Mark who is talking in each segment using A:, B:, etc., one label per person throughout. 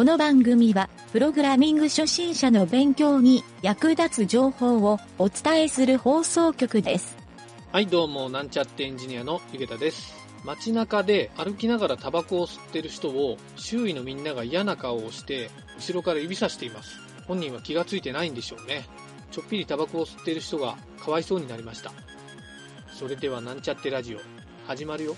A: の番組は、プログラミング初心者の勉強に役立つ情報をお伝えする放送局です。
B: はい、どうも、なんちゃってエンジニアのゆげたです。街中で歩きながらタバコを吸ってる人を、周囲のみんなが嫌な顔をして、後ろから指さしています。本人は気がついてないんでしょうね。ちょっぴりタバコを吸っている人がかわいそうになりました。それではなんちゃってラジオ、始まるよ。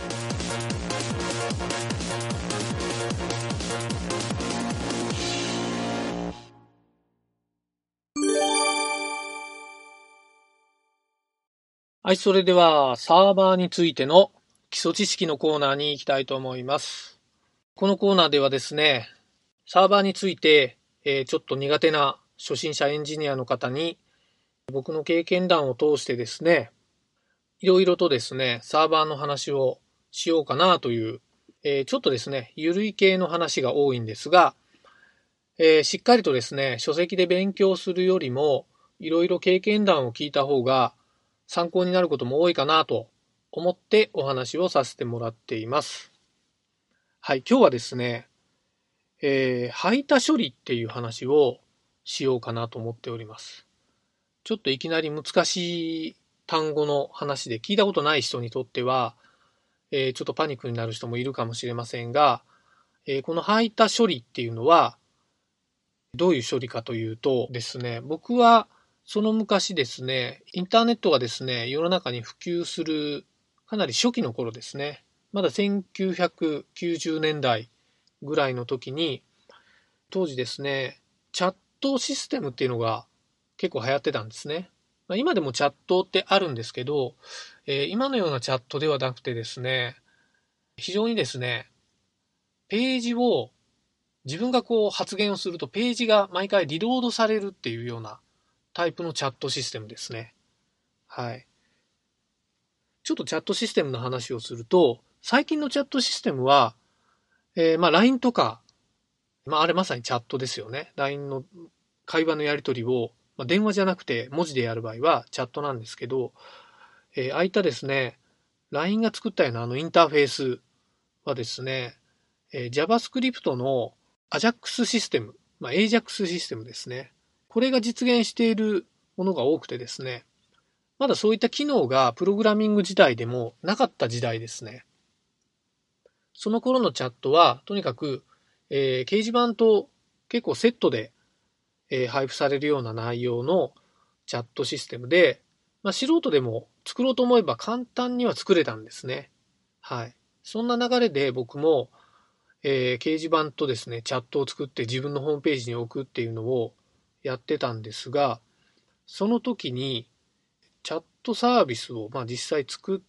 B: はい、それではサーバーについての基礎知識のコーナーに行きたいと思います。このコーナーではですね、サーバーについて、ちょっと苦手な初心者エンジニアの方に僕の経験談を通してですね、いろいろとですね、サーバーの話をしようかなという、ちょっとですね、ゆるい系の話が多いんですが、しっかりとですね、書籍で勉強するよりも、いろいろ経験談を聞いた方が参考になることも多いかなと思ってお話をさせてもらっています。はい、今日はですね、排他処理っていう話をしようかなと思っております。ちょっといきなり難しい単語の話で聞いたことない人にとっては、ちょっとパニックになる人もいるかもしれませんが、この排他処理っていうのはどういう処理かというとですね、僕はその昔ですね、インターネットがですね、世の中に普及するかなり初期の頃ですね、まだ1990年代ぐらいの時に、当時ですね、チャットシステムっていうのが結構流行ってたんですね。今でもチャットってあるんですけど、今のようなチャットではなくてですね、非常にですね、ページを自分がこう発言をするとページが毎回リロードされるっていうようなタイプのチャットシステムですね。はい。ちょっとチャットシステムの話をすると、最近のチャットシステムは、LINE とか、あれまさにチャットですよね。LINE の会話のやり取りを、電話じゃなくて文字でやる場合はチャットなんですけど、ああいったですね、LINE が作ったようなインターフェースはですね、JavaScript の AJAX システム、AJAX システムですね。これが実現しているものが多くてですね、まだそういった機能がプログラミング時代でもなかった時代ですね。その頃のチャットは、とにかく、掲示板と結構セットで、配布されるような内容のチャットシステムで、素人でも作ろうと思えば簡単には作れたんですね。はい。そんな流れで僕も、掲示板とですね、チャットを作って自分のホームページに置くっていうのをやってたんですが、その時にチャットサービスを実際作って、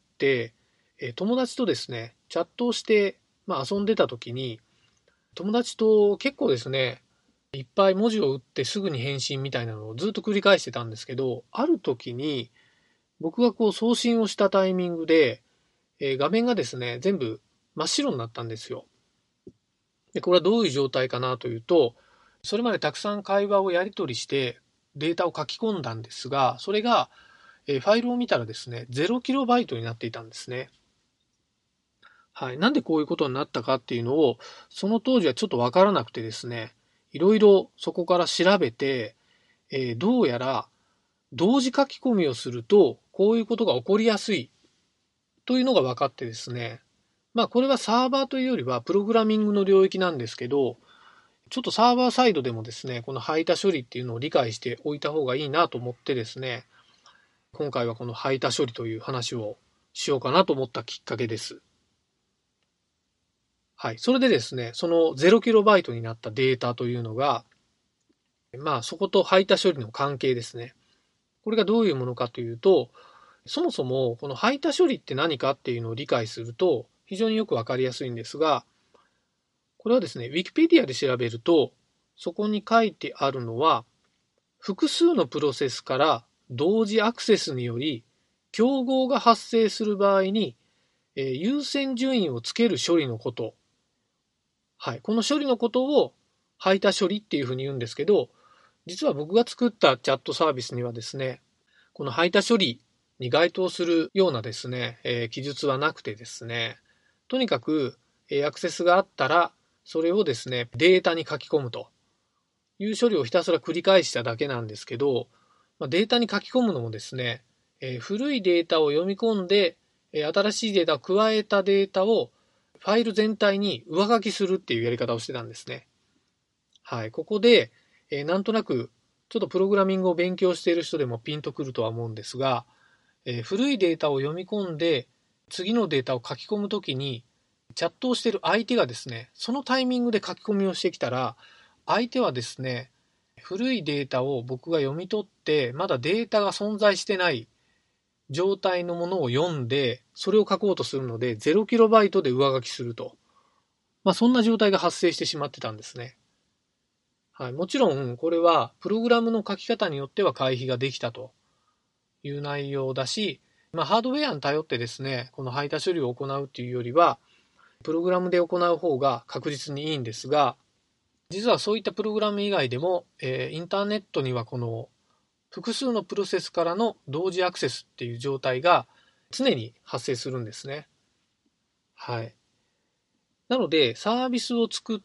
B: 友達とですね、チャットをして、遊んでた時に、友達と結構ですね、いっぱい文字を打ってすぐに返信みたいなのをずっと繰り返してたんですけど、ある時に僕がこう送信をしたタイミングで、画面がですね、全部真っ白になったんですよ。で、これはどういう状態かなというと、それまでたくさん会話をやり取りしてデータを書き込んだんですが、それが、ファイルを見たらですね、0KB になっていたんですね。はい。なんでこういうことになったかっていうのを、その当時はちょっとわからなくてですね、いろいろそこから調べて、どうやら同時書き込みをすると、こういうことが起こりやすいというのが分かってですね、これはサーバーというよりはプログラミングの領域なんですけど、ちょっとサーバーサイドでもですね、この排他処理っていうのを理解しておいた方がいいなと思ってですね、今回はこの排他処理という話をしようかなと思ったきっかけです。はい。それでですね、その 0KB になったデータというのが、そこと排他処理の関係ですね。これがどういうものかというと、そもそもこの排他処理って何かっていうのを理解すると非常によくわかりやすいんですが、これはですね、Wikipedia で調べると、そこに書いてあるのは、複数のプロセスから同時アクセスにより、競合が発生する場合に、優先順位をつける処理のこと。はい。この処理のことを排他処理っていうふうに言うんですけど、実は僕が作ったチャットサービスにはですね、この排他処理に該当するようなですね、記述はなくてですね、とにかく、アクセスがあったらそれをですね、データに書き込むという処理をひたすら繰り返しただけなんですけど、データに書き込むのもですね、古いデータを読み込んで、新しいデータを加えたデータをファイル全体に上書きするっていうやり方をしてたんですね。はい。ここで、なんとなくちょっとプログラミングを勉強している人でもピンとくるとは思うんですが、古いデータを読み込んで次のデータを書き込むときにチャットをしている相手がですね、そのタイミングで書き込みをしてきたら、相手はですね、古いデータを僕が読み取ってまだデータが存在してない状態のものを読んでそれを書こうとするので 0KB で上書きすると、そんな状態が発生してしまってたんですね。はい、もちろんこれはプログラムの書き方によっては回避ができたという内容だし、ハードウェアに頼ってですね、この排他処理を行うっていうよりはプログラムで行う方が確実にいいんですが、実はそういったプログラム以外でも、インターネットにはこの複数のプロセスからの同時アクセスっていう状態が常に発生するんですね。はい。なのでサービスを作って、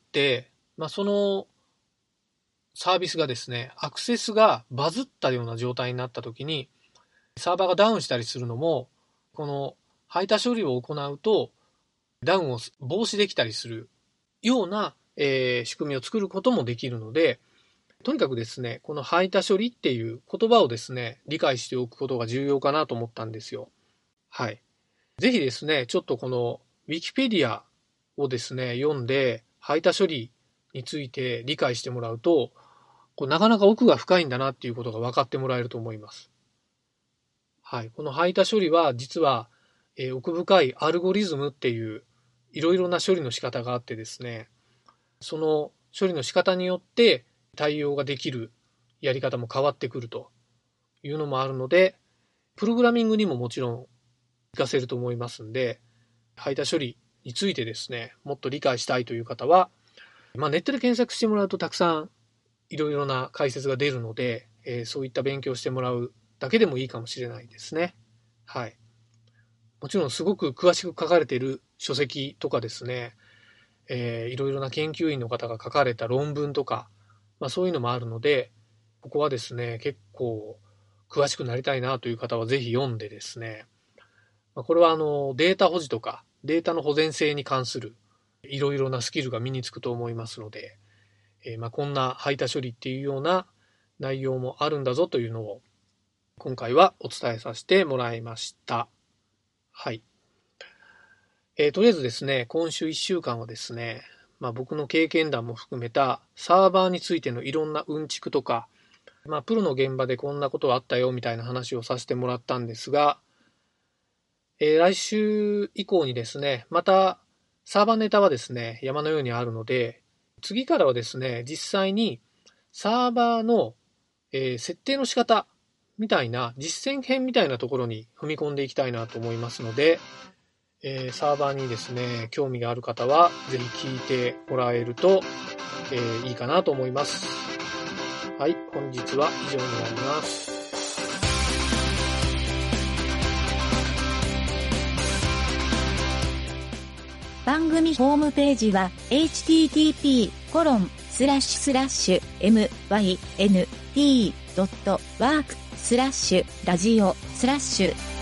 B: そのサービスがですね、アクセスがバズったような状態になった時にサーバーがダウンしたりするのも、この排他処理を行うとダウンを防止できたりするような、仕組みを作ることもできるので、とにかくですね、この排他処理っていう言葉をですね、理解しておくことが重要かなと思ったんですよ。はい。ぜひですね、ちょっとこの Wikipedia をですね、読んで排他処理について理解してもらうと、なかなか奥が深いんだなっていうことが分かってもらえると思います。はい。この排他処理は実は、奥深いアルゴリズムっていういろいろな処理の仕方があってですね、その処理の仕方によって対応ができるやり方も変わってくるというのもあるので、プログラミングにももちろん活かせると思いますんで、排他処理についてですね、もっと理解したいという方は、ネットで検索してもらうとたくさんいろいろな解説が出るので、そういった勉強してもらうだけでもいいかもしれないですね。はい。もちろんすごく詳しく書かれている書籍とかですね、いろいろな研究員の方が書かれた論文とか、そういうのもあるので、ここはですね、結構詳しくなりたいなという方はぜひ読んでですね、これはデータ保持とかデータの保全性に関するいろいろなスキルが身につくと思いますので、こんな排他処理っていうような内容もあるんだぞというのを今回はお伝えさせてもらいました。はい。とりあえずですね、今週1週間はですね、僕の経験談も含めたサーバーについてのいろんなうんちくとか、プロの現場でこんなことがあったよみたいな話をさせてもらったんですが、来週以降にですね、またサーバーネタはですね、山のようにあるので、次からはですね、実際にサーバーの、設定の仕方みたいな実践編みたいなところに踏み込んでいきたいなと思いますので、サーバーにですね、興味がある方はぜひ聞いてもらえると、いいかなと思います。はい、本日は以上になります。
A: 番組ホームページは http://myn.t.work/ラジオ/